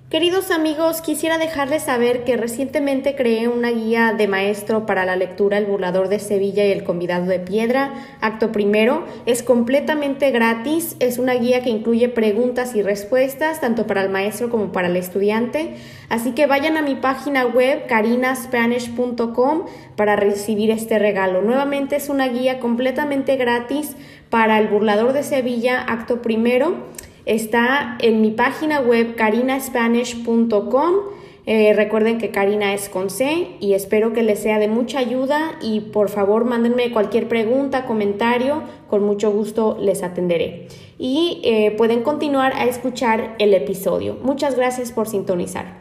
Queridos amigos, quisiera dejarles saber que recientemente creé una guía de maestro para la lectura El burlador de Sevilla y El convidado de piedra, acto primero. Es completamente gratis, es una guía que incluye preguntas y respuestas tanto para el maestro como para el estudiante. Así que vayan a mi página web carinaspanish.com para recibir este regalo. Nuevamente es una guía completamente gratis para El burlador de Sevilla, acto primero. Está en mi página web carinaspanish.com. Recuerden que Karina es con C y espero que les sea de mucha ayuda y por favor mándenme cualquier pregunta, comentario, con mucho gusto les atenderé. Y pueden continuar a escuchar el episodio. Muchas gracias por sintonizar.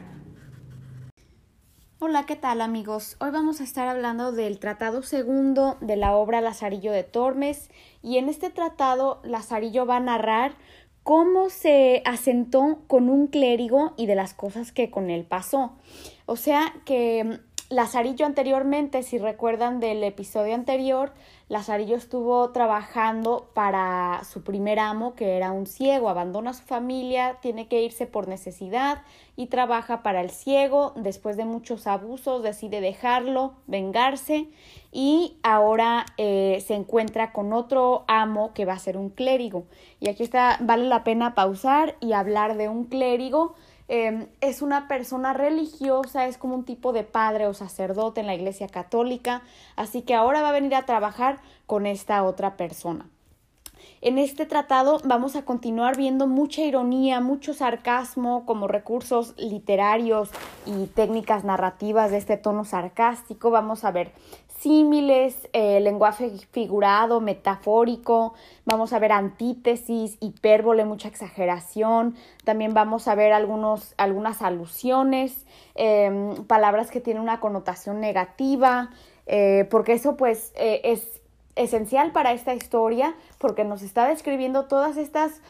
Hola, ¿qué tal amigos? Hoy vamos a estar hablando del tratado segundo de la obra Lazarillo de Tormes y en este tratado Lazarillo va a narrar cómo se asentó con un clérigo y de las cosas que con él pasó. O sea que Lazarillo anteriormente, si recuerdan del episodio anterior, Lazarillo estuvo trabajando para su primer amo, que era un ciego. Abandona a su familia, tiene que irse por necesidad y trabaja para el ciego. Después de muchos abusos decide dejarlo, vengarse y ahora se encuentra con otro amo que va a ser un clérigo. Y aquí vale la pena pausar y hablar de un clérigo. Es una persona religiosa, es como un tipo de padre o sacerdote en la Iglesia Católica, así que ahora va a venir a trabajar con esta otra persona. En este tratado vamos a continuar viendo mucha ironía, mucho sarcasmo como recursos literarios y técnicas narrativas de este tono sarcástico. Vamos a ver símiles, lenguaje figurado, metafórico, vamos a ver antítesis, hipérbole, mucha exageración, también vamos a ver algunas alusiones, palabras que tienen una connotación negativa, porque eso pues es esencial para esta historia porque nos está describiendo todas estas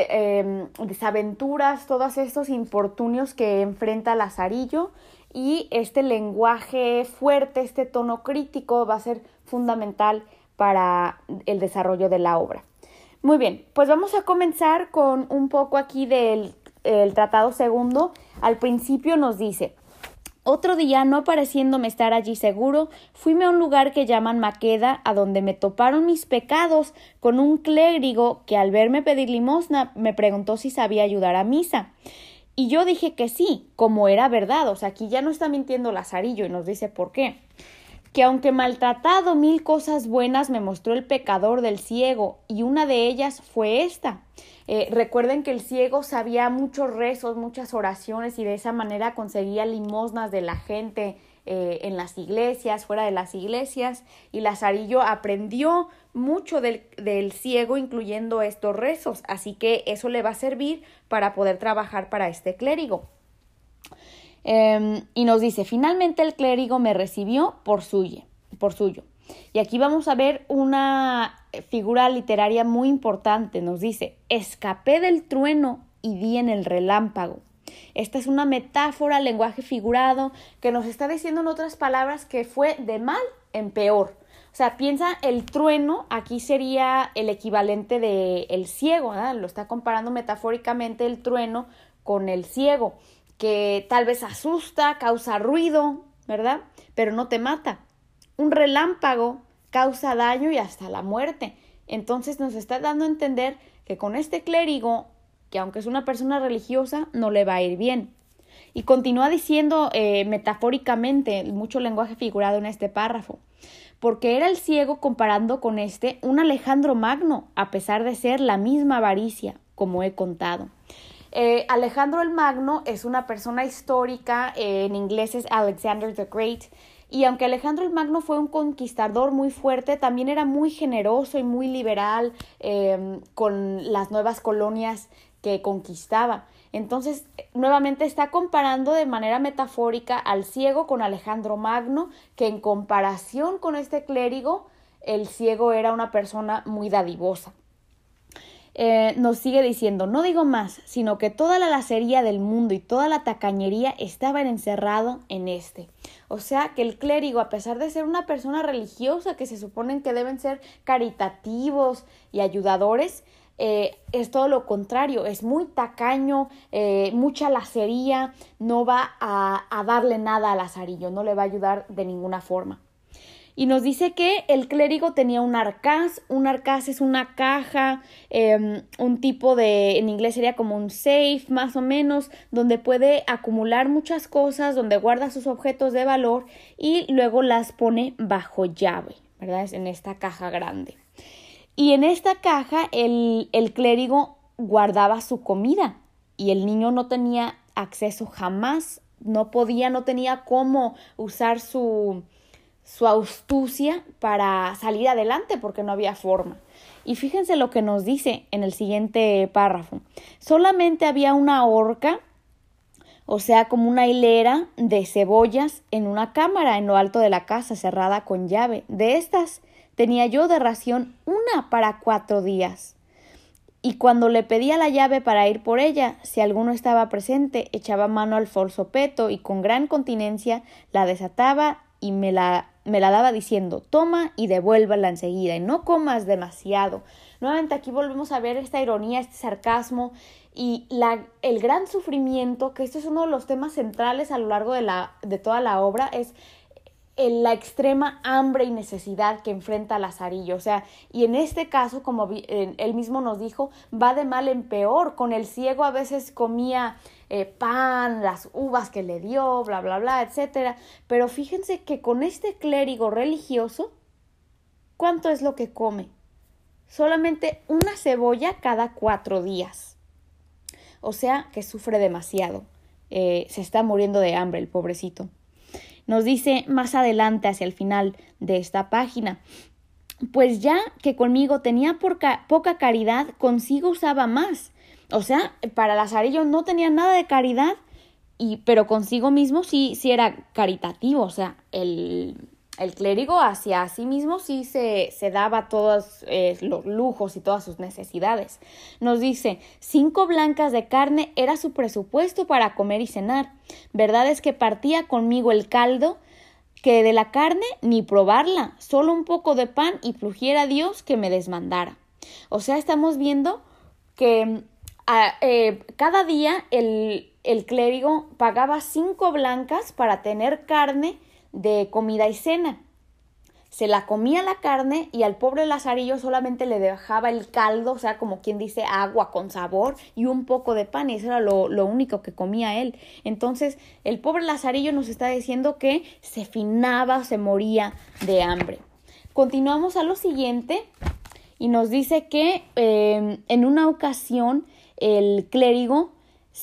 desaventuras, todos estos infortunios que enfrenta Lazarillo y este lenguaje fuerte, este tono crítico va a ser fundamental para el desarrollo de la obra. Muy bien, pues vamos a comenzar con un poco aquí del tratado segundo. Al principio nos dice: otro día, no pareciéndome estar allí seguro, fuime a un lugar que llaman Maqueda, a donde me toparon mis pecados con un clérigo que al verme pedir limosna me preguntó si sabía ayudar a misa. Y yo dije que sí, como era verdad. O sea, aquí ya no está mintiendo Lazarillo y nos dice por qué. Que aunque maltratado 1000 cosas buenas me mostró el pecador del ciego, y una de ellas fue esta. Recuerden que el ciego sabía muchos rezos, muchas oraciones y de esa manera conseguía limosnas de la gente en las iglesias, fuera de las iglesias, y Lazarillo aprendió mucho del ciego, incluyendo estos rezos, así que eso le va a servir para poder trabajar para este clérigo. Y nos dice: finalmente el clérigo me recibió por suyo. Y aquí vamos a ver una figura literaria muy importante. Nos dice: escapé del trueno y di en el relámpago. Esta es una metáfora, lenguaje figurado, que nos está diciendo en otras palabras que fue de mal en peor. O sea, piensa, el trueno aquí sería el equivalente de el ciego, ¿verdad? Lo está comparando metafóricamente el trueno con el ciego, que tal vez asusta, causa ruido, ¿verdad? Pero no te mata. Un relámpago causa daño y hasta la muerte. Entonces nos está dando a entender que con este clérigo, que aunque es una persona religiosa, no le va a ir bien. Y continúa diciendo metafóricamente, mucho lenguaje figurado en este párrafo, porque era el ciego comparando con un Alejandro Magno, a pesar de ser la misma avaricia, como he contado. Alejandro el Magno es una persona histórica, en inglés es Alexander the Great, y aunque Alejandro el Magno fue un conquistador muy fuerte, también era muy generoso y muy liberal con las nuevas colonias que conquistaba. Entonces, nuevamente está comparando de manera metafórica al ciego con Alejandro Magno, que en comparación con este clérigo, el ciego era una persona muy dadivosa. Nos sigue diciendo: no digo más, sino que toda la lacería del mundo y toda la tacañería estaban encerrado en este. O sea que el clérigo, a pesar de ser una persona religiosa, que se suponen que deben ser caritativos y ayudadores, es todo lo contrario, es muy tacaño, mucha lacería, no va a darle nada al lazarillo, no le va a ayudar de ninguna forma. Y nos dice que el clérigo tenía un arcaz es una caja, un tipo de, en inglés sería como un safe más o menos, donde puede acumular muchas cosas, donde guarda sus objetos de valor y luego las pone bajo llave, ¿verdad? Es en esta caja grande. Y en esta caja el clérigo guardaba su comida y el niño no tenía acceso jamás, no tenía cómo usar su astucia para salir adelante porque no había forma. Y fíjense lo que nos dice en el siguiente párrafo. Solamente había una horca, o sea, como una hilera de cebollas en una cámara en lo alto de la casa cerrada con llave. De estas tenía yo de ración una para 4 días. Y cuando le pedía la llave para ir por ella, si alguno estaba presente, echaba mano al forzopeto y con gran continencia la desataba y me la daba diciendo, toma y devuélvala enseguida y no comas demasiado. Nuevamente aquí volvemos a ver esta ironía, este sarcasmo y el gran sufrimiento, que esto es uno de los temas centrales a lo largo de toda la obra, es la extrema hambre y necesidad que enfrenta Lazarillo. O sea, y en este caso, como él mismo nos dijo, va de mal en peor. Con el ciego a veces comía pan, las uvas que le dio, bla, bla, bla, etcétera. Pero fíjense que con este clérigo religioso, ¿cuánto es lo que come? Solamente una cebolla cada 4 días. O sea, que sufre demasiado. Se está muriendo de hambre el pobrecito. Nos dice más adelante, hacia el final de esta página, pues ya que conmigo tenía poca caridad, consigo usaba más. O sea, para Lazarillo no tenía nada de caridad, pero consigo mismo sí era caritativo. O sea, el clérigo hacia sí mismo sí se daba todos los lujos y todas sus necesidades. Nos dice, 5 blancas de carne era su presupuesto para comer y cenar. Verdad es que partía conmigo el caldo, que de la carne ni probarla, solo un poco de pan y plugiera Dios que me desmandara. O sea, estamos viendo que cada día el clérigo pagaba 5 blancas para tener carne de comida y cena. Se la comía la carne y al pobre Lazarillo solamente le dejaba el caldo, o sea, como quien dice, agua con sabor y un poco de pan, y eso era lo único que comía él. Entonces, el pobre Lazarillo nos está diciendo que se finaba, se moría de hambre. Continuamos a lo siguiente y nos dice que en una ocasión el clérigo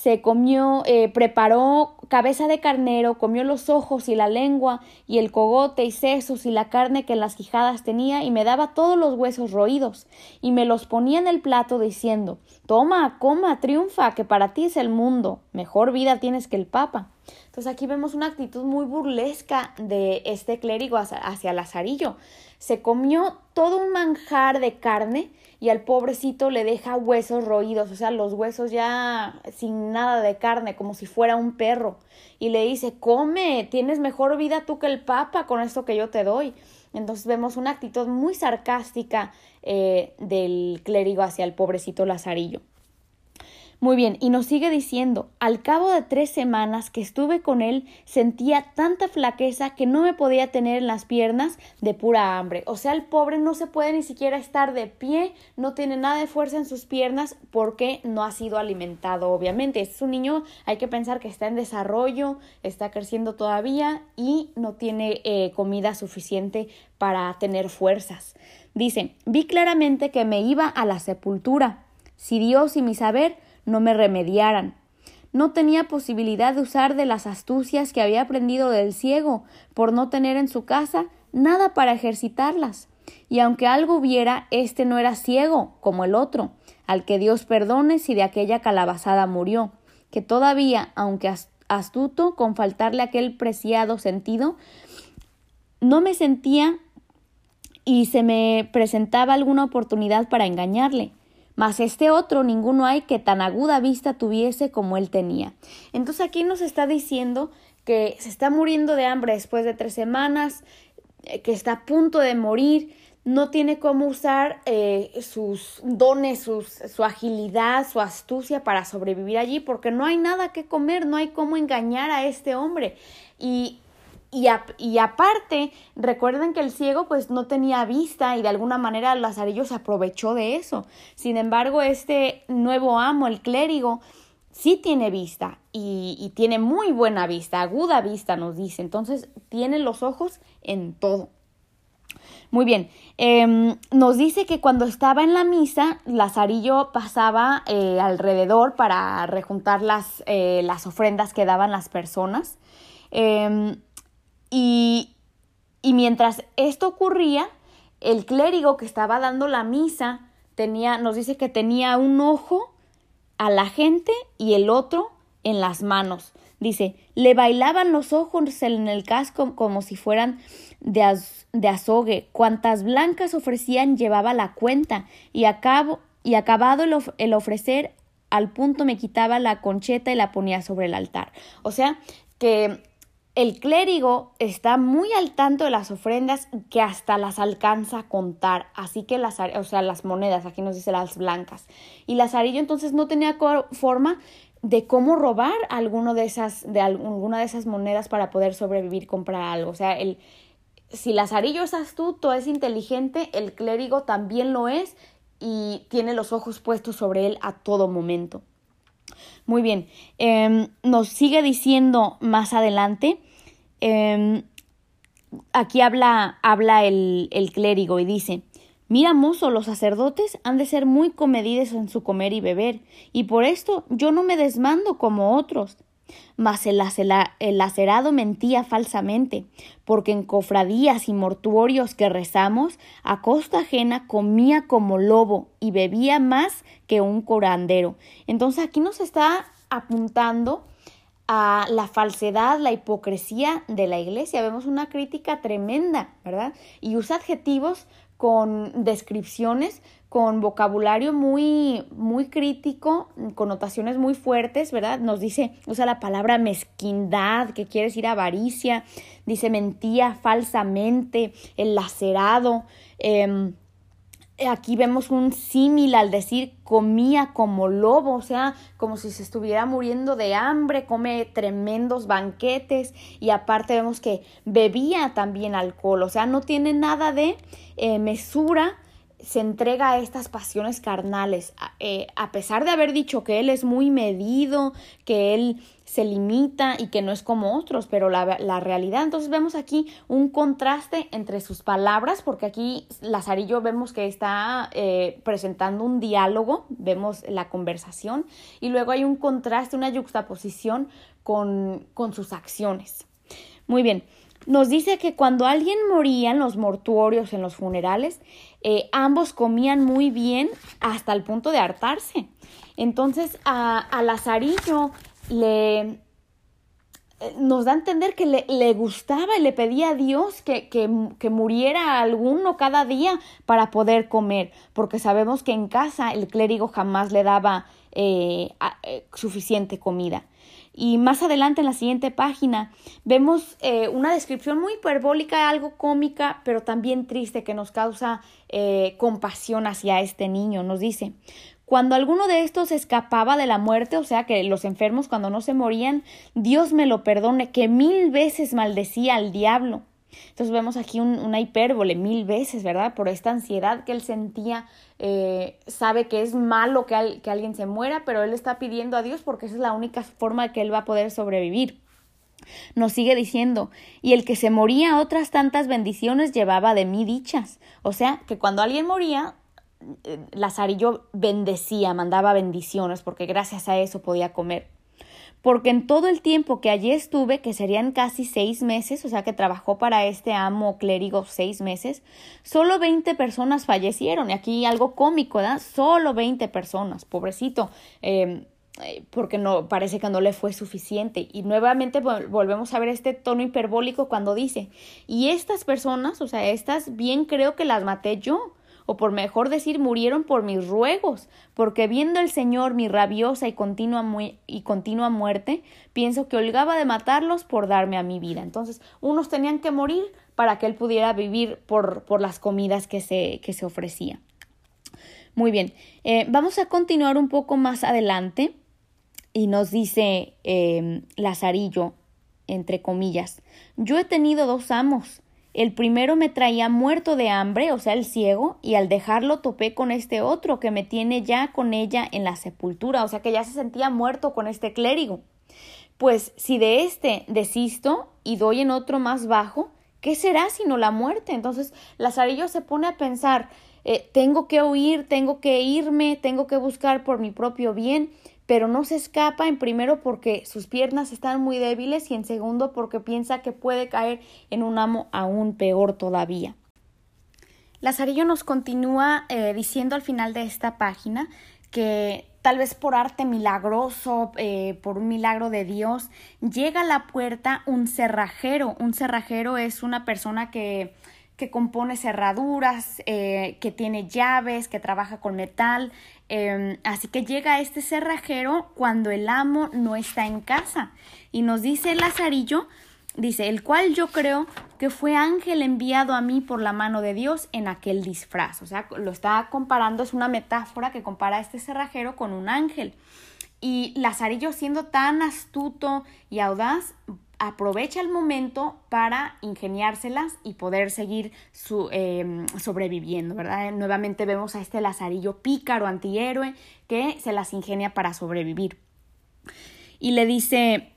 preparó cabeza de carnero, comió los ojos y la lengua y el cogote y sesos y la carne que en las quijadas tenía y me daba todos los huesos roídos y me los ponía en el plato diciendo, toma, coma, triunfa, que para ti es el mundo, mejor vida tienes que el Papa. Entonces aquí vemos una actitud muy burlesca de este clérigo hacia Lazarillo. Se comió todo un manjar de carne y al pobrecito le deja huesos roídos, o sea, los huesos ya sin nada de carne, como si fuera un perro. Y le dice, come, tienes mejor vida tú que el Papa con esto que yo te doy. Entonces vemos una actitud muy sarcástica del clérigo hacia el pobrecito Lazarillo. Muy bien, y nos sigue diciendo, al cabo de 3 semanas que estuve con él, sentía tanta flaqueza que no me podía tener en las piernas de pura hambre. O sea, el pobre no se puede ni siquiera estar de pie, no tiene nada de fuerza en sus piernas porque no ha sido alimentado, obviamente. Es un niño, hay que pensar que está en desarrollo, está creciendo todavía y no tiene comida suficiente para tener fuerzas. Dice, vi claramente que me iba a la sepultura, si Dios y mi saber no me remediaran. No tenía posibilidad de usar de las astucias que había aprendido del ciego, por no tener en su casa nada para ejercitarlas. Y aunque algo hubiera, este no era ciego, como el otro, al que Dios perdone si de aquella calabazada murió, que todavía, aunque astuto, con faltarle aquel preciado sentido, no me sentía y se me presentaba alguna oportunidad para engañarle. Mas este otro ninguno hay que tan aguda vista tuviese como él tenía. Entonces aquí nos está diciendo que se está muriendo de hambre después de 3 semanas, que está a punto de morir. no tiene cómo usar sus dones, su agilidad, su astucia para sobrevivir allí, porque no hay nada que comer, no hay cómo engañar a este hombre. Y aparte, recuerden que el ciego pues no tenía vista y de alguna manera Lazarillo se aprovechó de eso. Sin embargo, este nuevo amo, el clérigo, sí tiene vista y tiene muy buena vista, aguda vista nos dice. Entonces tiene los ojos en todo. Muy bien, nos dice que cuando estaba en la misa, Lazarillo pasaba alrededor para rejuntar las ofrendas que daban las personas. Y mientras esto ocurría, el clérigo que estaba dando la misa nos dice que tenía un ojo a la gente y el otro en las manos. Dice, le bailaban los ojos en el casco como si fueran de azogue. Cuantas blancas ofrecían llevaba la cuenta y acabado el ofrecer, al punto me quitaba la concheta y la ponía sobre el altar. O sea que el clérigo está muy al tanto de las ofrendas que hasta las alcanza a contar. Así que las monedas, aquí nos dice las blancas. Y Lazarillo entonces no tenía forma de cómo robar alguna de esas monedas para poder sobrevivir, comprar algo. O sea, si Lazarillo es astuto, es inteligente, el clérigo también lo es y tiene los ojos puestos sobre él a todo momento. Muy bien, nos sigue diciendo más adelante, aquí habla el clérigo y dice, mira, mozo, los sacerdotes han de ser muy comedidos en su comer y beber, y por esto yo no me desmando como otros. Mas el lacerado mentía falsamente, porque en cofradías y mortuorios que rezamos, a costa ajena comía como lobo y bebía más que un curandero. Entonces aquí nos está apuntando a la falsedad, la hipocresía de la iglesia. Vemos una crítica tremenda, ¿verdad? Y usa adjetivos con descripciones, con vocabulario muy, muy crítico, connotaciones muy fuertes, ¿verdad? Nos dice, usa la palabra mezquindad, que quiere decir avaricia, dice mentía falsamente, el lacerado. Aquí vemos un símil al decir comía como lobo, o sea, como si se estuviera muriendo de hambre, come tremendos banquetes y aparte vemos que bebía también alcohol, o sea, no tiene nada de mesura, se entrega a estas pasiones carnales, a pesar de haber dicho que él es muy medido, que él se limita y que no es como otros, pero la realidad, entonces vemos aquí un contraste entre sus palabras, porque aquí Lazarillo vemos que está presentando un diálogo, vemos la conversación, y luego hay un contraste, una yuxtaposición con sus acciones. Muy bien. Nos dice que cuando alguien moría en los mortuorios, en los funerales, ambos comían muy bien hasta el punto de hartarse. Entonces a Lazarillo nos da a entender que le gustaba y le pedía a Dios que muriera alguno cada día para poder comer, porque sabemos que en casa el clérigo jamás le daba suficiente comida. Y más adelante en la siguiente página vemos una descripción muy hiperbólica, algo cómica, pero también triste, que nos causa compasión hacia este niño. Nos dice, cuando alguno de estos escapaba de la muerte, o sea que los enfermos cuando no se morían, Dios me lo perdone, que 1000 veces maldecía al diablo. Entonces vemos aquí una hipérbole, 1000 veces, ¿verdad? Por esta ansiedad que él sentía, sabe que es malo que alguien se muera, pero él está pidiendo a Dios porque esa es la única forma que él va a poder sobrevivir. Nos sigue diciendo, y el que se moría otras tantas bendiciones llevaba de mí dichas. O sea, que cuando alguien moría, Lazarillo bendecía, mandaba bendiciones, porque gracias a eso podía comer. Porque en todo el tiempo que allí estuve, que serían casi 6 meses, o sea que trabajó para este amo clérigo 6 meses, solo 20 personas fallecieron. Y aquí algo cómico, ¿verdad? Solo 20 personas, pobrecito, porque no parece que no le fue suficiente. Y nuevamente volvemos a ver este tono hiperbólico cuando dice, y estas personas, o sea, estas bien creo que las maté yo, o por mejor decir, murieron por mis ruegos, porque viendo el Señor mi rabiosa y continua muerte, pienso que holgaba de matarlos por darme a mi vida. Entonces, unos tenían que morir para que él pudiera vivir por las comidas que se ofrecía. Muy bien, vamos a continuar un poco más adelante y nos dice Lazarillo, entre comillas, yo he tenido 2 amos. El primero me traía muerto de hambre, o sea, el ciego, y al dejarlo topé con este otro que me tiene ya con ella en la sepultura, o sea que ya se sentía muerto con este clérigo. Pues si de este desisto y doy en otro más bajo, ¿qué será sino la muerte? Entonces Lazarillo se pone a pensar, tengo que huir, tengo que irme, tengo que buscar por mi propio bien, pero no se escapa, en primero porque sus piernas están muy débiles y en segundo porque piensa que puede caer en un amo aún peor todavía. Lazarillo nos continúa diciendo al final de esta página que tal vez por arte milagroso, por un milagro de Dios, llega a la puerta un cerrajero. Un cerrajero es una persona que compone cerraduras, que tiene llaves, que trabaja con metal. Así que llega este cerrajero cuando el amo no está en casa. Y nos dice Lazarillo, dice, el cual yo creo que fue ángel enviado a mí por la mano de Dios en aquel disfraz. O sea, lo está comparando, es una metáfora que compara a este cerrajero con un ángel. Y Lazarillo, siendo tan astuto y audaz, aprovecha el momento para ingeniárselas y poder seguir sobreviviendo, ¿verdad? Nuevamente vemos a este Lazarillo pícaro, antihéroe, que se las ingenia para sobrevivir. Y le dice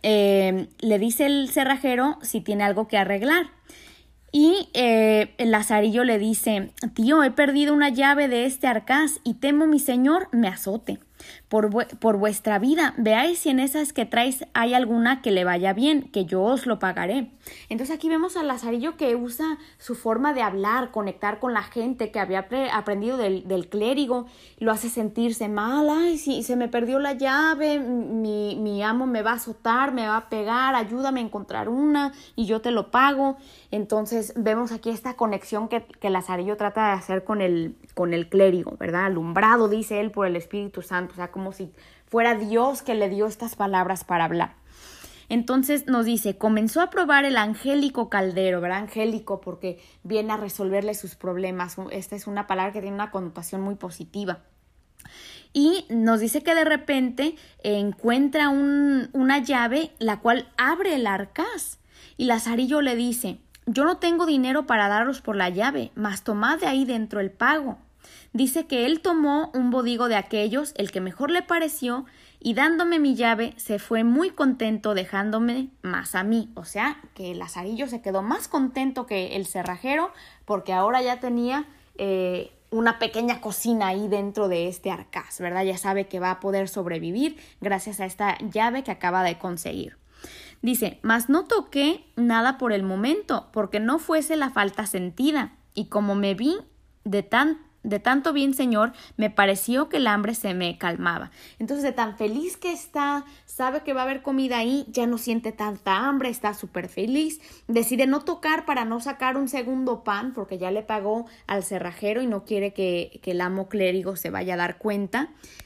el cerrajero si tiene algo que arreglar. Y el Lazarillo le dice, tío, he perdido una llave de este arcaz y temo mi señor me azote. Por vuestra vida, veáis si en esas que traéis hay alguna que le vaya bien, que yo os lo pagaré. Entonces aquí vemos a Lazarillo que usa su forma de hablar, conectar con la gente que había aprendido del clérigo, lo hace sentirse mal. Ay, si se me perdió la llave, mi amo me va a azotar, me va a pegar, ayúdame a encontrar una y yo te lo pago. Entonces vemos aquí esta conexión que Lazarillo trata de hacer con el clérigo, ¿verdad? Alumbrado, dice él, por el Espíritu Santo, o sea, como si fuera Dios que le dio estas palabras para hablar. Entonces nos dice, comenzó a probar el angélico caldero, ¿verdad? Angélico porque viene a resolverle sus problemas. Esta es una palabra que tiene una connotación muy positiva. Y nos dice que de repente encuentra una llave la cual abre el arcaz. Y Lazarillo le dice, yo no tengo dinero para daros por la llave, mas tomad de ahí dentro el pago. Dice que él tomó un bodigo de aquellos, el que mejor le pareció, y dándome mi llave se fue muy contento dejándome más a mí. O sea, que Lazarillo se quedó más contento que el cerrajero porque ahora ya tenía una pequeña cocina ahí dentro de este arcaz, ¿verdad? Ya sabe que va a poder sobrevivir gracias a esta llave que acaba de conseguir. Dice, mas no toqué nada por el momento, porque no fuese la falta sentida, y como me vi de tanto bien, Señor, me pareció que el hambre se me calmaba. Entonces, de tan feliz que está, sabe que va a haber comida ahí, ya no siente tanta hambre, está súper feliz. Decide no tocar para no sacar un segundo pan, porque ya le pagó al cerrajero y no quiere que el amo clérigo se vaya a dar cuenta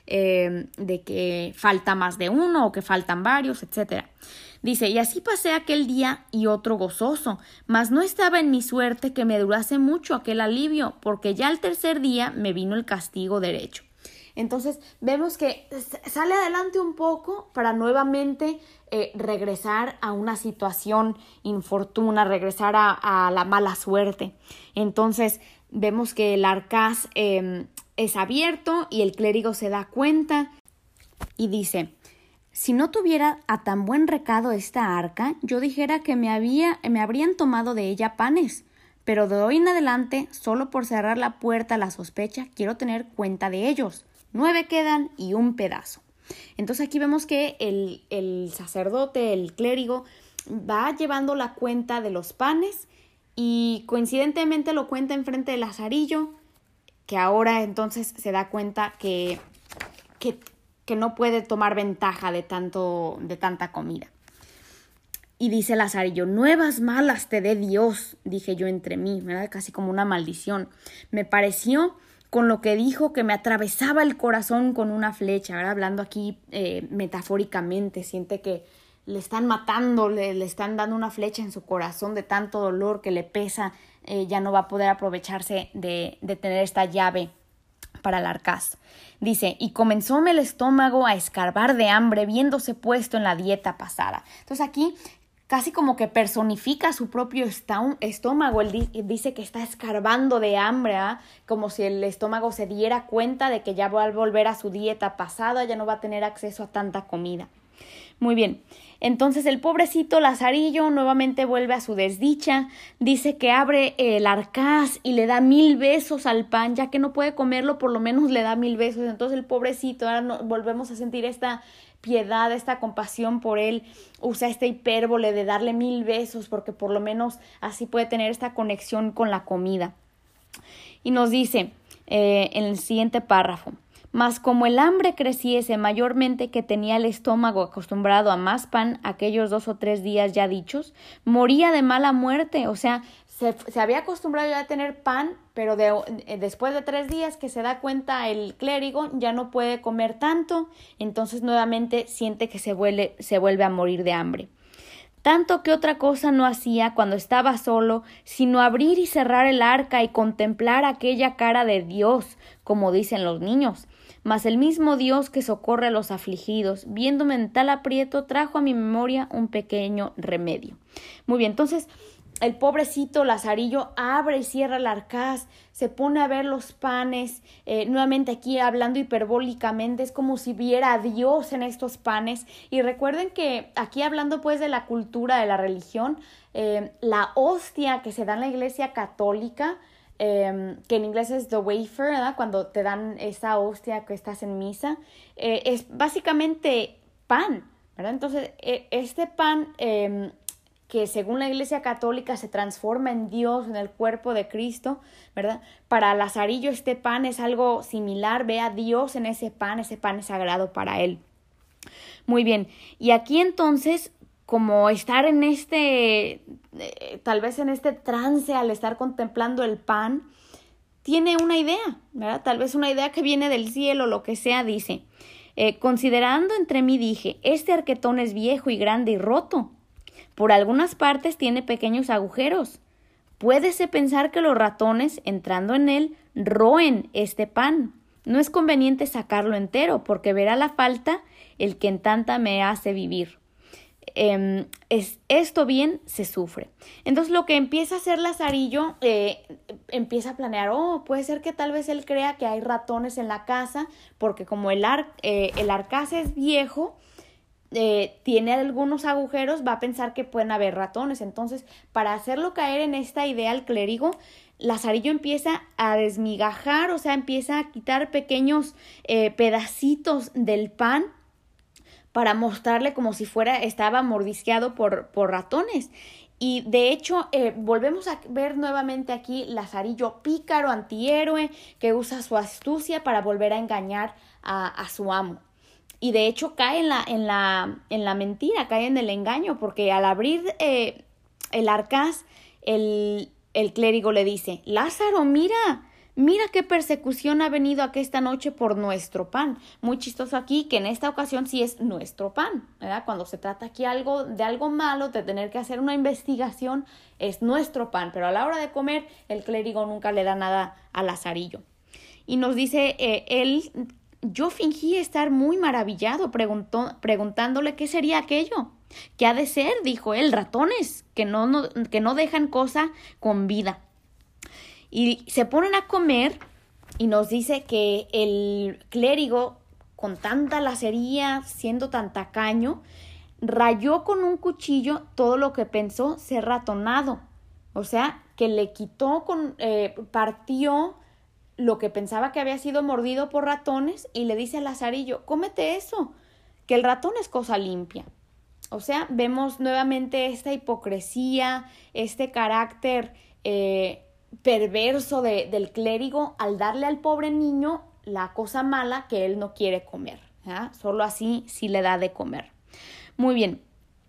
de que falta más de uno o que faltan varios, etcétera. Dice, y así pasé aquel día y otro gozoso, mas no estaba en mi suerte que me durase mucho aquel alivio, porque ya al tercer día me vino el castigo derecho. Entonces vemos que sale adelante un poco para nuevamente regresar a una situación infortuna, regresar a la mala suerte. Entonces vemos que el arcaz es abierto y el clérigo se da cuenta y dice, si no tuviera a tan buen recado esta arca, yo dijera que me habrían tomado de ella panes, pero de hoy en adelante, solo por cerrar la puerta a la sospecha, quiero tener cuenta de ellos. 9 quedan y un pedazo. Entonces aquí vemos que el sacerdote, el clérigo, va llevando la cuenta de los panes y coincidentemente lo cuenta enfrente de Lazarillo, que ahora entonces se da cuenta que no puede tomar ventaja de tanta comida. Y dice Lazarillo, nuevas malas te dé Dios, dije yo entre mí, ¿verdad? Casi como una maldición. Me pareció con lo que dijo que me atravesaba el corazón con una flecha, ¿verdad? Hablando aquí metafóricamente, siente que le están matando, le están dando una flecha en su corazón de tanto dolor que le pesa, ya no va a poder aprovecharse de tener esta llave para el arcaz. Dice, y comenzóme el estómago a escarbar de hambre, viéndose puesto en la dieta pasada. Entonces aquí casi como que personifica su propio estómago. Él dice que está escarbando de hambre, como si el estómago se diera cuenta de que ya va a volver a su dieta pasada, ya no va a tener acceso a tanta comida. Muy bien, entonces el pobrecito Lazarillo nuevamente vuelve a su desdicha, dice que abre el arcaz y le da 1000 besos al pan, ya que no puede comerlo, por lo menos le da 1000 besos. Entonces el pobrecito, ahora volvemos a sentir esta piedad, esta compasión por él, usa esta hipérbole de darle 1000 besos, porque por lo menos así puede tener esta conexión con la comida. Y nos dice en el siguiente párrafo, mas como el hambre creciese mayormente, que tenía el estómago acostumbrado a más pan aquellos 2 o 3 días ya dichos, moría de mala muerte. O sea, se había acostumbrado ya a tener pan, pero después de 3 días que se da cuenta el clérigo, ya no puede comer tanto, entonces nuevamente siente que se vuelve a morir de hambre. Tanto que otra cosa no hacía cuando estaba solo, sino abrir y cerrar el arca y contemplar aquella cara de Dios, como dicen los niños. Mas el mismo Dios que socorre a los afligidos, viéndome en tal aprieto, trajo a mi memoria un pequeño remedio. Muy bien, entonces el pobrecito Lazarillo abre y cierra el arcaz, se pone a ver los panes, nuevamente aquí hablando hiperbólicamente, es como si viera a Dios en estos panes. Y recuerden que aquí hablando pues de la cultura, de la religión, la hostia que se da en la iglesia católica, que en inglés es the wafer, ¿verdad? Cuando te dan esa hostia que estás en misa, es básicamente pan, ¿verdad? Entonces, este pan que según la iglesia católica se transforma en Dios, en el cuerpo de Cristo, ¿verdad? Para Lazarillo este pan es algo similar, ve a Dios en ese pan es sagrado para él. Muy bien, y aquí entonces, como estar en tal vez en este trance al estar contemplando el pan, tiene una idea, ¿verdad? Tal vez una idea que viene del cielo, lo que sea, dice, considerando entre mí dije, este arquetón es viejo y grande y roto, por algunas partes tiene pequeños agujeros, puédese pensar que los ratones, entrando en él, roen este pan, no es conveniente sacarlo entero, porque verá la falta el que en tanta me hace vivir. Esto bien se sufre. Entonces lo que empieza a hacer Lazarillo, empieza a planear, puede ser que tal vez él crea que hay ratones en la casa, porque como el arcaz es viejo, tiene algunos agujeros, va a pensar que pueden haber ratones. Entonces, para hacerlo caer en esta idea al clérigo, Lazarillo empieza a desmigajar, o sea, empieza a quitar pequeños pedacitos del pan para mostrarle como si estaba mordisqueado por ratones. Y de hecho, volvemos a ver nuevamente aquí Lazarillo pícaro, antihéroe, que usa su astucia para volver a engañar a su amo. Y de hecho cae en la mentira, cae en el engaño, porque al abrir el arcaz, el clérigo le dice, Lázaro, mira qué persecución ha venido aquí esta noche por nuestro pan. Muy chistoso aquí que en esta ocasión sí es nuestro pan, ¿verdad? Cuando se trata aquí de algo malo, de tener que hacer una investigación, es nuestro pan. Pero a la hora de comer, el clérigo nunca le da nada a Lazarillo. Y nos dice él, yo fingí estar muy maravillado, preguntándole qué sería aquello. ¿Qué ha de ser? Dijo él, ratones, que no dejan cosa con vida. Y se ponen a comer y nos dice que el clérigo, con tanta lacería, siendo tan tacaño, rayó con un cuchillo todo lo que pensó ser ratonado. O sea, que le quitó, partió lo que pensaba que había sido mordido por ratones y le dice a Lazarillo, cómete eso, que el ratón es cosa limpia. O sea, vemos nuevamente esta hipocresía, este carácter perverso del clérigo al darle al pobre niño la cosa mala que él no quiere comer. Solo así sí le da de comer. Muy bien.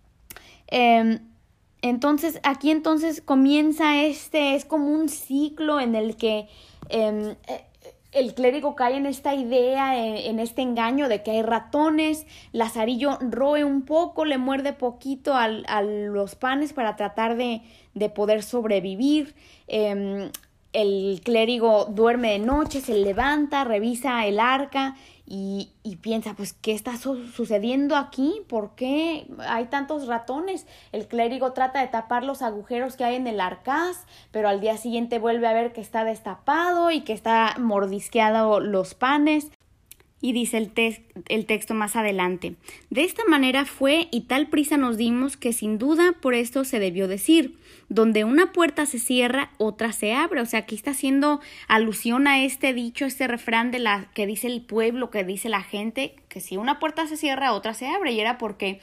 Entonces, aquí comienza es como un ciclo en el que el clérigo cae en esta idea, en este engaño de que hay ratones. Lazarillo roe un poco, le muerde poquito a los panes para tratar de poder sobrevivir. El clérigo duerme de noche, se levanta, revisa el arca y piensa, pues, ¿qué está sucediendo aquí? ¿Por qué hay tantos ratones? El clérigo trata de tapar los agujeros que hay en el arcaz, pero al día siguiente vuelve a ver que está destapado y que está mordisqueado los panes. Y dice el texto más adelante: de esta manera fue y tal prisa nos dimos que sin duda por esto se debió decir, donde una puerta se cierra, otra se abre. O sea, aquí está haciendo alusión a este dicho, este refrán que dice el pueblo, que dice la gente, que si una puerta se cierra, otra se abre. Y era porque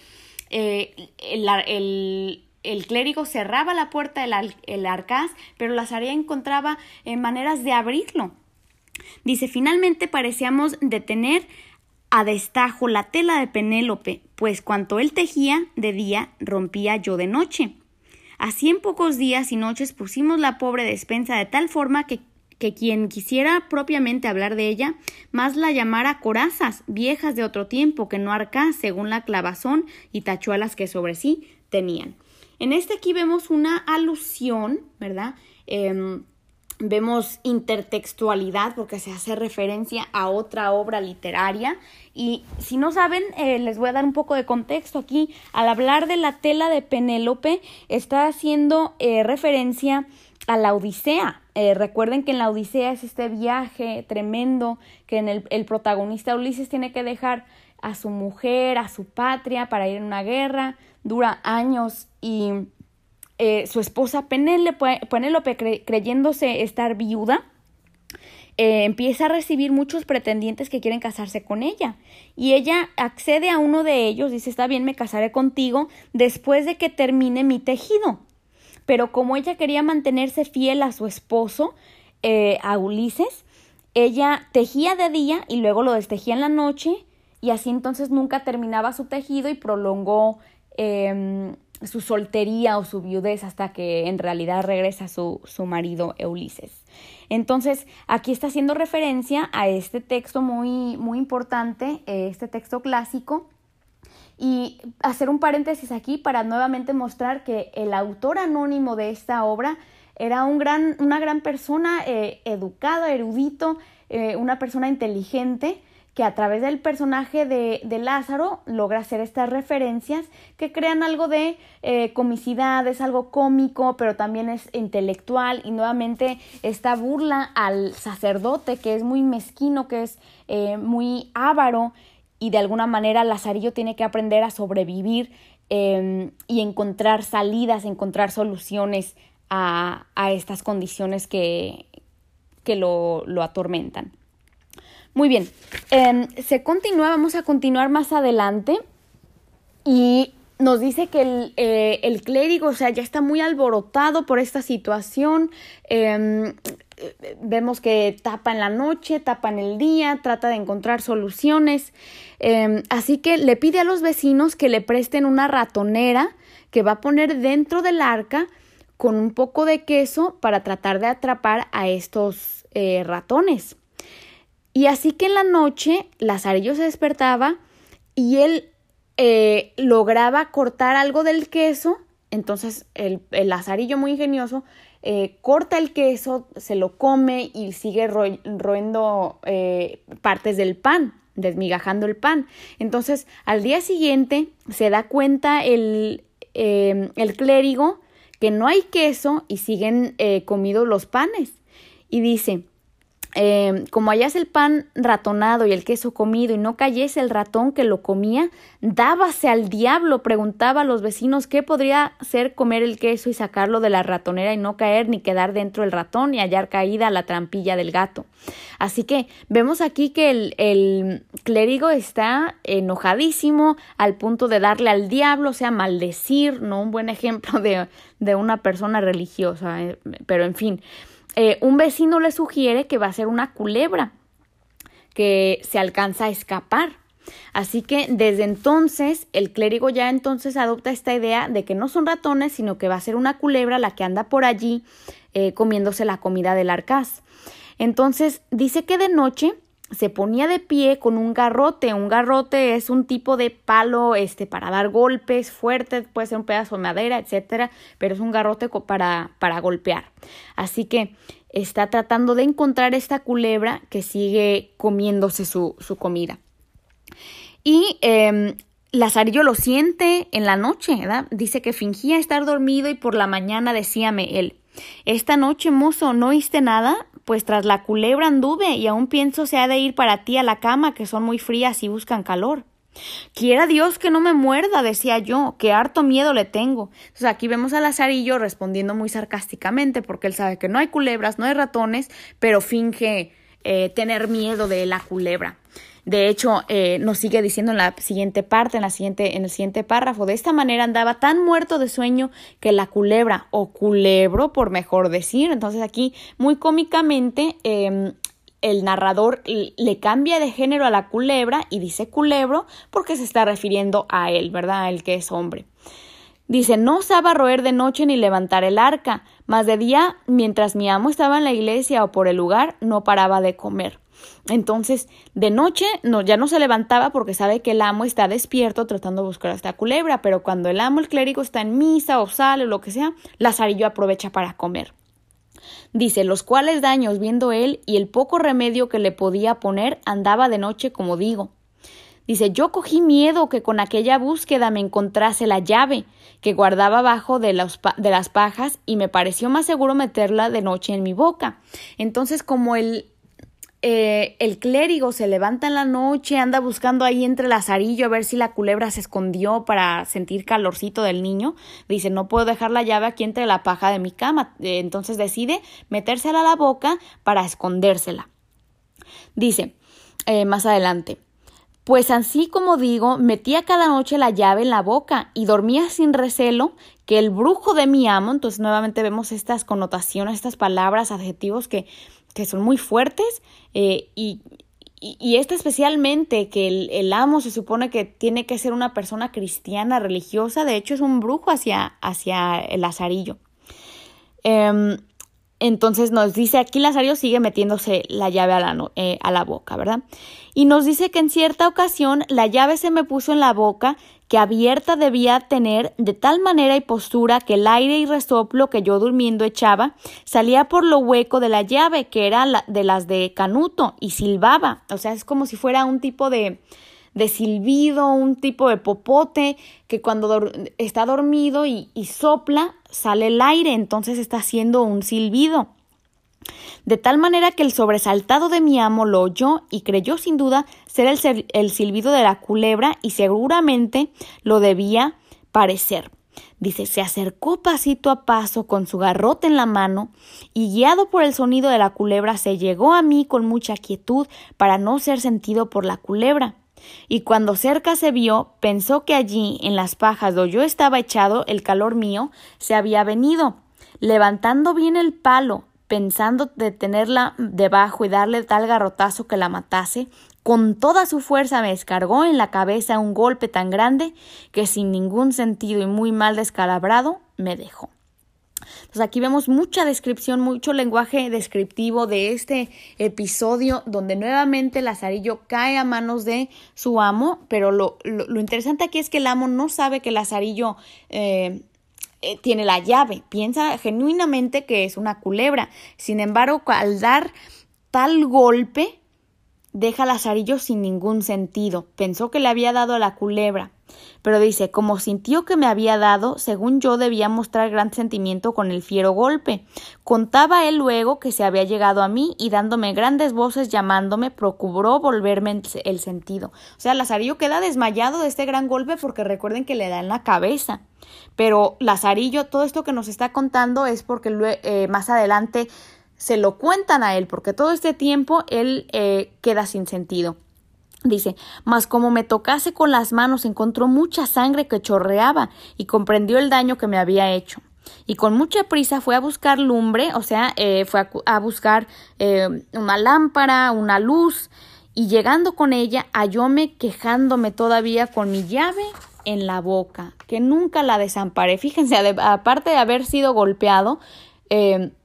el clérigo cerraba la puerta del arcaz, pero Lazarillo encontraba maneras de abrirlo. Dice, finalmente parecíamos detener a destajo la tela de Penélope, pues cuanto él tejía de día, rompía yo de noche. Así en pocos días y noches pusimos la pobre despensa de tal forma que quien quisiera propiamente hablar de ella, más la llamara corazas, viejas de otro tiempo, que no arcás, según la clavazón y tachuelas que sobre sí tenían. En este aquí vemos una alusión, ¿verdad?, vemos intertextualidad porque se hace referencia a otra obra literaria. Y si no saben, les voy a dar un poco de contexto aquí. Al hablar de la tela de Penélope, está haciendo referencia a la Odisea. Recuerden que en la Odisea es este viaje tremendo que en el protagonista Ulises tiene que dejar a su mujer, a su patria para ir a una guerra. Dura años y su esposa Penélope, creyéndose estar viuda, empieza a recibir muchos pretendientes que quieren casarse con ella. Y ella accede a uno de ellos, dice, está bien, me casaré contigo después de que termine mi tejido. Pero como ella quería mantenerse fiel a su esposo, a Ulises, ella tejía de día y luego lo destejía en la noche, y así entonces nunca terminaba su tejido y prolongó su soltería o su viudez hasta que en realidad regresa su marido Ulises. Entonces, aquí está haciendo referencia a este texto muy, muy importante, este texto clásico, y hacer un paréntesis aquí para nuevamente mostrar que el autor anónimo de esta obra era una gran persona, educado, erudito, una persona inteligente, que a través del personaje de Lázaro logra hacer estas referencias que crean algo de comicidad, es algo cómico, pero también es intelectual, y nuevamente esta burla al sacerdote, que es muy mezquino, que es muy avaro, y de alguna manera Lazarillo tiene que aprender a sobrevivir y encontrar salidas, encontrar soluciones a estas condiciones que lo atormentan. Muy bien, vamos a continuar más adelante, y nos dice que el clérigo, o sea, ya está muy alborotado por esta situación. Vemos que tapa en la noche, tapa en el día, trata de encontrar soluciones. Así que le pide a los vecinos que le presten una ratonera que va a poner dentro del arca con un poco de queso para tratar de atrapar a estos ratones. Y así que en la noche Lazarillo se despertaba y él lograba cortar algo del queso. Entonces el Lazarillo, muy ingenioso, corta el queso, se lo come y sigue roendo partes del pan, desmigajando el pan. Entonces al día siguiente se da cuenta el clérigo que no hay queso y siguen comidos los panes. Y dice, como hallase el pan ratonado y el queso comido y no cayese el ratón que lo comía, dábase al diablo, preguntaba a los vecinos qué podría ser comer el queso y sacarlo de la ratonera y no caer ni quedar dentro el ratón y hallar caída la trampilla del gato. Así que vemos aquí que el clérigo está enojadísimo al punto de darle al diablo, o sea, maldecir, no un buen ejemplo de una persona religiosa, pero en fin. Un vecino le sugiere que va a ser una culebra que se alcanza a escapar. Así que desde entonces el clérigo ya entonces adopta esta idea de que no son ratones, sino que va a ser una culebra la que anda por allí comiéndose la comida del arcaz. Entonces dice que de noche se ponía de pie con un garrote. Un garrote es un tipo de palo para dar golpes fuertes, puede ser un pedazo de madera, etcétera, pero es un garrote para golpear. Así que está tratando de encontrar esta culebra que sigue comiéndose su comida. Y Lazarillo lo siente en la noche, ¿verdad? Dice que fingía estar dormido y por la mañana decíame él: esta noche, mozo, ¿no oíste nada? Pues tras la culebra anduve y aún pienso se ha de ir para ti a la cama, que son muy frías y buscan calor. Quiera Dios que no me muerda, decía yo, que harto miedo le tengo. Entonces aquí vemos a Lazarillo respondiendo muy sarcásticamente porque él sabe que no hay culebras, no hay ratones, pero finge tener miedo de la culebra. De hecho, nos sigue diciendo en la siguiente parte, en el siguiente párrafo: de esta manera andaba tan muerto de sueño que la culebra, o culebro por mejor decir. Entonces aquí muy cómicamente el narrador le cambia de género a la culebra y dice culebro porque se está refiriendo a él, ¿verdad? A él que es hombre. Dice: no osaba roer de noche ni levantar el arca, mas de día, mientras mi amo estaba en la iglesia o por el lugar, no paraba de comer. Entonces, de noche ya no se levantaba porque sabe que el amo está despierto tratando de buscar a esta culebra, pero cuando el amo, el clérigo, está en misa o sale o lo que sea, Lazarillo aprovecha para comer. Dice: los cuales daños viendo él y el poco remedio que le podía poner, andaba de noche como digo. Dice: yo cogí miedo que con aquella búsqueda me encontrase la llave que guardaba abajo de las pajas y me pareció más seguro meterla de noche en mi boca. Entonces, como el clérigo se levanta en la noche, anda buscando ahí entre Lazarillo a ver si la culebra se escondió para sentir calorcito del niño. Dice: no puedo dejar la llave aquí entre la paja de mi cama. Entonces decide metérsela a la boca para escondérsela. Dice más adelante: pues así como digo, metía cada noche la llave en la boca y dormía sin recelo que el brujo de mi amo. Entonces nuevamente vemos estas connotaciones, estas palabras, adjetivos que son muy fuertes y especialmente que el amo se supone que tiene que ser una persona cristiana, religiosa. De hecho es un brujo hacia el Lazarillo. Entonces nos dice aquí Lazarillo sigue metiéndose la llave a la boca, ¿verdad? Y nos dice que en cierta ocasión la llave se me puso en la boca, que abierta debía tener de tal manera y postura que el aire y resoplo que yo durmiendo echaba salía por lo hueco de la llave, que era de las de Canuto, y silbaba. O sea, es como si fuera un tipo de silbido, un tipo de popote, que cuando está dormido y sopla, sale el aire, entonces está haciendo un silbido. De tal manera que el sobresaltado de mi amo lo oyó y creyó sin duda ser el silbido de la culebra y seguramente lo debía parecer. Dice: se acercó pasito a paso con su garrote en la mano y guiado por el sonido de la culebra se llegó a mí con mucha quietud para no ser sentido por la culebra. Y cuando cerca se vio, pensó que allí, en las pajas donde yo estaba echado, el calor mío se había venido. Levantando bien el palo, pensando detenerla debajo y darle tal garrotazo que la matase, con toda su fuerza me descargó en la cabeza un golpe tan grande que sin ningún sentido y muy mal descalabrado me dejó. Entonces aquí vemos mucha descripción, mucho lenguaje descriptivo de este episodio donde nuevamente Lazarillo cae a manos de su amo, pero lo interesante aquí es que el amo no sabe que Lazarillo tiene la llave, piensa genuinamente que es una culebra. Sin embargo, al dar tal golpe, deja a Lazarillo sin ningún sentido. Pensó que le había dado a la culebra, pero dice: como sintió que me había dado, según yo debía mostrar gran sentimiento con el fiero golpe. Contaba él luego que se había llegado a mí y dándome grandes voces llamándome, procuró volverme el sentido. O sea, Lazarillo queda desmayado de este gran golpe porque recuerden que le da en la cabeza. Pero Lazarillo, todo esto que nos está contando es porque más adelante se lo cuentan a él, porque todo este tiempo él queda sin sentido. Dice: mas como me tocase con las manos, encontró mucha sangre que chorreaba y comprendió el daño que me había hecho. Y con mucha prisa fue a buscar lumbre, o sea, fue a buscar una lámpara, una luz, y llegando con ella, hallóme quejándome todavía con mi llave en la boca, que nunca la desamparé. Fíjense, aparte de haber sido golpeado,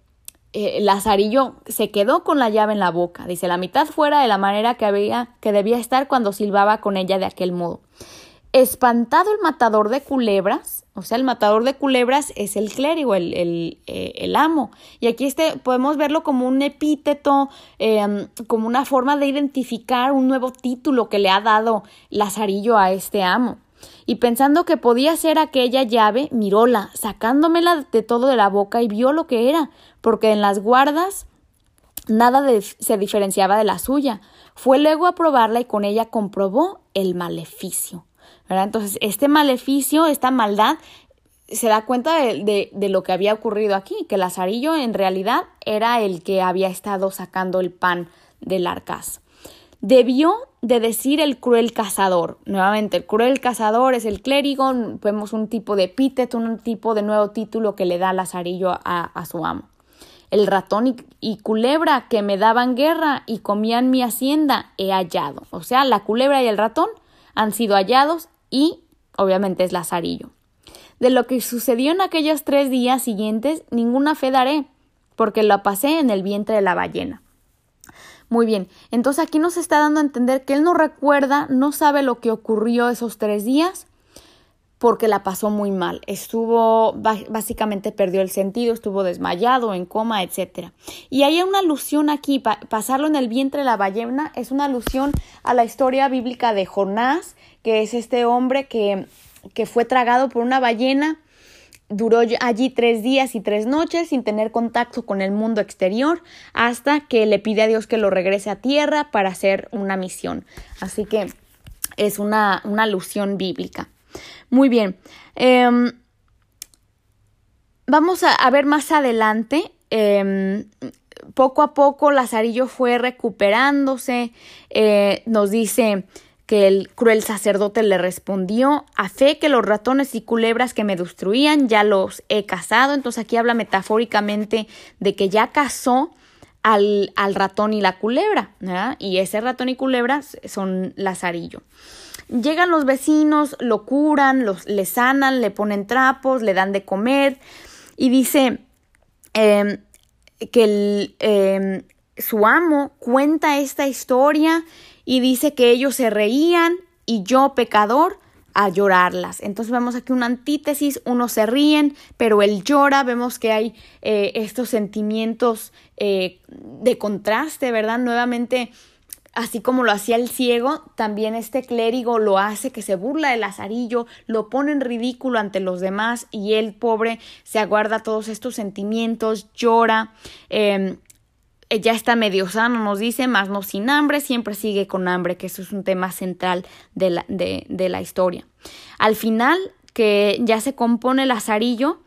Lazarillo se quedó con la llave en la boca, dice, la mitad fuera de la manera que debía estar cuando silbaba con ella de aquel modo. Espantado el matador de culebras, o sea, el matador de culebras es el clérigo, el amo. Y aquí podemos verlo como un epíteto, como una forma de identificar un nuevo título que le ha dado Lazarillo a este amo. Y pensando que podía ser aquella llave, miróla, sacándomela de todo de la boca y vio lo que era, porque en las guardas nada se diferenciaba de la suya. Fue luego a probarla y con ella comprobó el maleficio, ¿verdad? Entonces, este maleficio, esta maldad, se da cuenta de lo que había ocurrido aquí, que Lazarillo en realidad era el que había estado sacando el pan del arcaz. Debió de decir el cruel cazador. Nuevamente, el cruel cazador es el clérigo. Vemos un tipo de epíteto, un tipo de nuevo título que le da Lazarillo a su amo. El ratón y culebra que me daban guerra y comían mi hacienda he hallado. O sea, la culebra y el ratón han sido hallados y obviamente es Lazarillo. De lo que sucedió en aquellos 3 días siguientes, ninguna fe daré, porque la pasé en el vientre de la ballena. Muy bien, entonces aquí nos está dando a entender que él no recuerda, no sabe lo que ocurrió esos 3 días, porque la pasó muy mal. Básicamente perdió el sentido, estuvo desmayado, en coma, etc. Y hay una alusión aquí, pasarlo en el vientre de la ballena, es una alusión a la historia bíblica de Jonás, que es este hombre que fue tragado por una ballena. Duró allí 3 días y 3 noches sin tener contacto con el mundo exterior hasta que le pide a Dios que lo regrese a tierra para hacer una misión. Así que es una alusión bíblica. Muy bien. Vamos a ver más adelante. Poco a poco Lazarillo fue recuperándose. Nos dice que el cruel sacerdote le respondió: a fe que los ratones y culebras que me destruían ya los he cazado. Entonces aquí habla metafóricamente de que ya cazó al ratón y la culebra, ¿verdad? Y ese ratón y culebra son Lazarillo. Llegan los vecinos, lo curan, le sanan, le ponen trapos, le dan de comer y dice que su amo cuenta esta historia y dice que ellos se reían y yo, pecador, a llorarlas. Entonces vemos aquí una antítesis, unos se ríen, pero él llora. Vemos que hay estos sentimientos de contraste, ¿verdad? Nuevamente, así como lo hacía el ciego, también este clérigo lo hace, que se burla de Lazarillo, lo pone en ridículo ante los demás y él, pobre, se aguarda todos estos sentimientos, llora. Ya está medio sano, nos dice, mas no sin hambre, siempre sigue con hambre, que eso es un tema central de la historia. Al final, que ya se compone Lazarillo,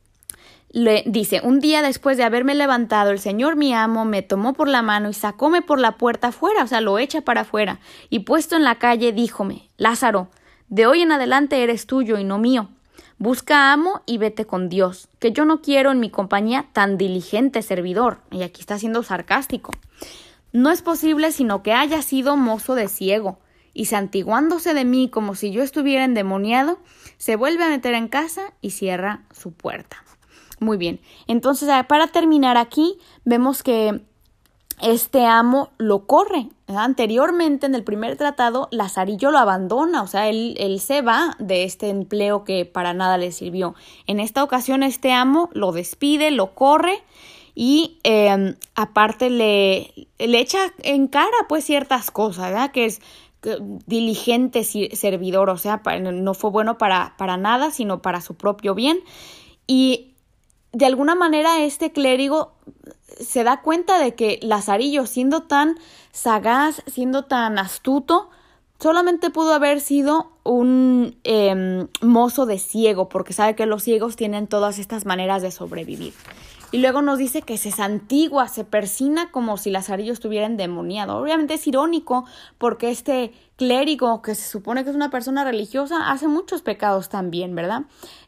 le dice: un día después de haberme levantado, el Señor mi amo me tomó por la mano y sacóme por la puerta afuera, o sea, lo echa para afuera, y puesto en la calle, díjome: Lázaro, de hoy en adelante eres tuyo y no mío. Busca amo y vete con Dios, que yo no quiero en mi compañía tan diligente servidor. Y aquí está siendo sarcástico. No es posible sino que haya sido mozo de ciego, y santiguándose de mí como si yo estuviera endemoniado, se vuelve a meter en casa y cierra su puerta. Muy bien, entonces para terminar aquí, vemos que este amo lo corre. Anteriormente, en el primer tratado, Lazarillo lo abandona, o sea, él se va de este empleo que para nada le sirvió. En esta ocasión, este amo lo despide, lo corre y aparte le echa en cara pues ciertas cosas, ¿verdad? Que es diligente servidor, o sea, no fue bueno para nada, sino para su propio bien. Y de alguna manera este clérigo se da cuenta de que Lazarillo, siendo tan sagaz, siendo tan astuto, solamente pudo haber sido un mozo de ciego, porque sabe que los ciegos tienen todas estas maneras de sobrevivir. Y luego nos dice que se santigua, se persina como si Lazarillo estuviera endemoniado. Obviamente es irónico porque este clérigo, que se supone que es una persona religiosa, hace muchos pecados también, ¿verdad?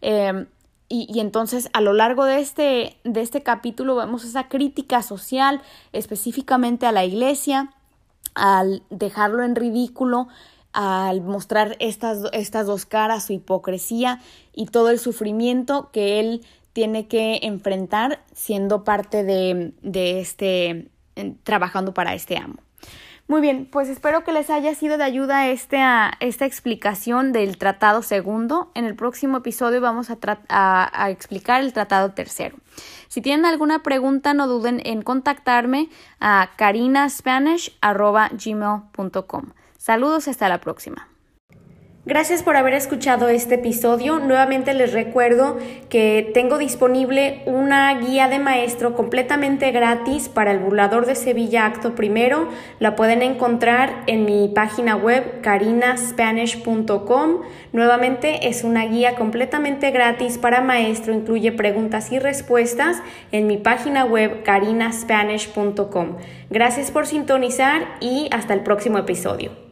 Y entonces a lo largo de este capítulo vemos esa crítica social específicamente a la iglesia, al dejarlo en ridículo, al mostrar estas dos caras, su hipocresía y todo el sufrimiento que él tiene que enfrentar siendo parte de trabajando para este amo. Muy bien, pues espero que les haya sido de ayuda esta explicación del tratado segundo. En el próximo episodio vamos a explicar el tratado tercero. Si tienen alguna pregunta, no duden en contactarme a carinaspanish@gmail.com. Saludos, hasta la próxima. Gracias por haber escuchado este episodio. Nuevamente les recuerdo que tengo disponible una guía de maestro completamente gratis para el burlador de Sevilla acto primero. La pueden encontrar en mi página web carinaspanish.com. Nuevamente es una guía completamente gratis para maestro, incluye preguntas y respuestas en mi página web carinaspanish.com. Gracias por sintonizar y hasta el próximo episodio.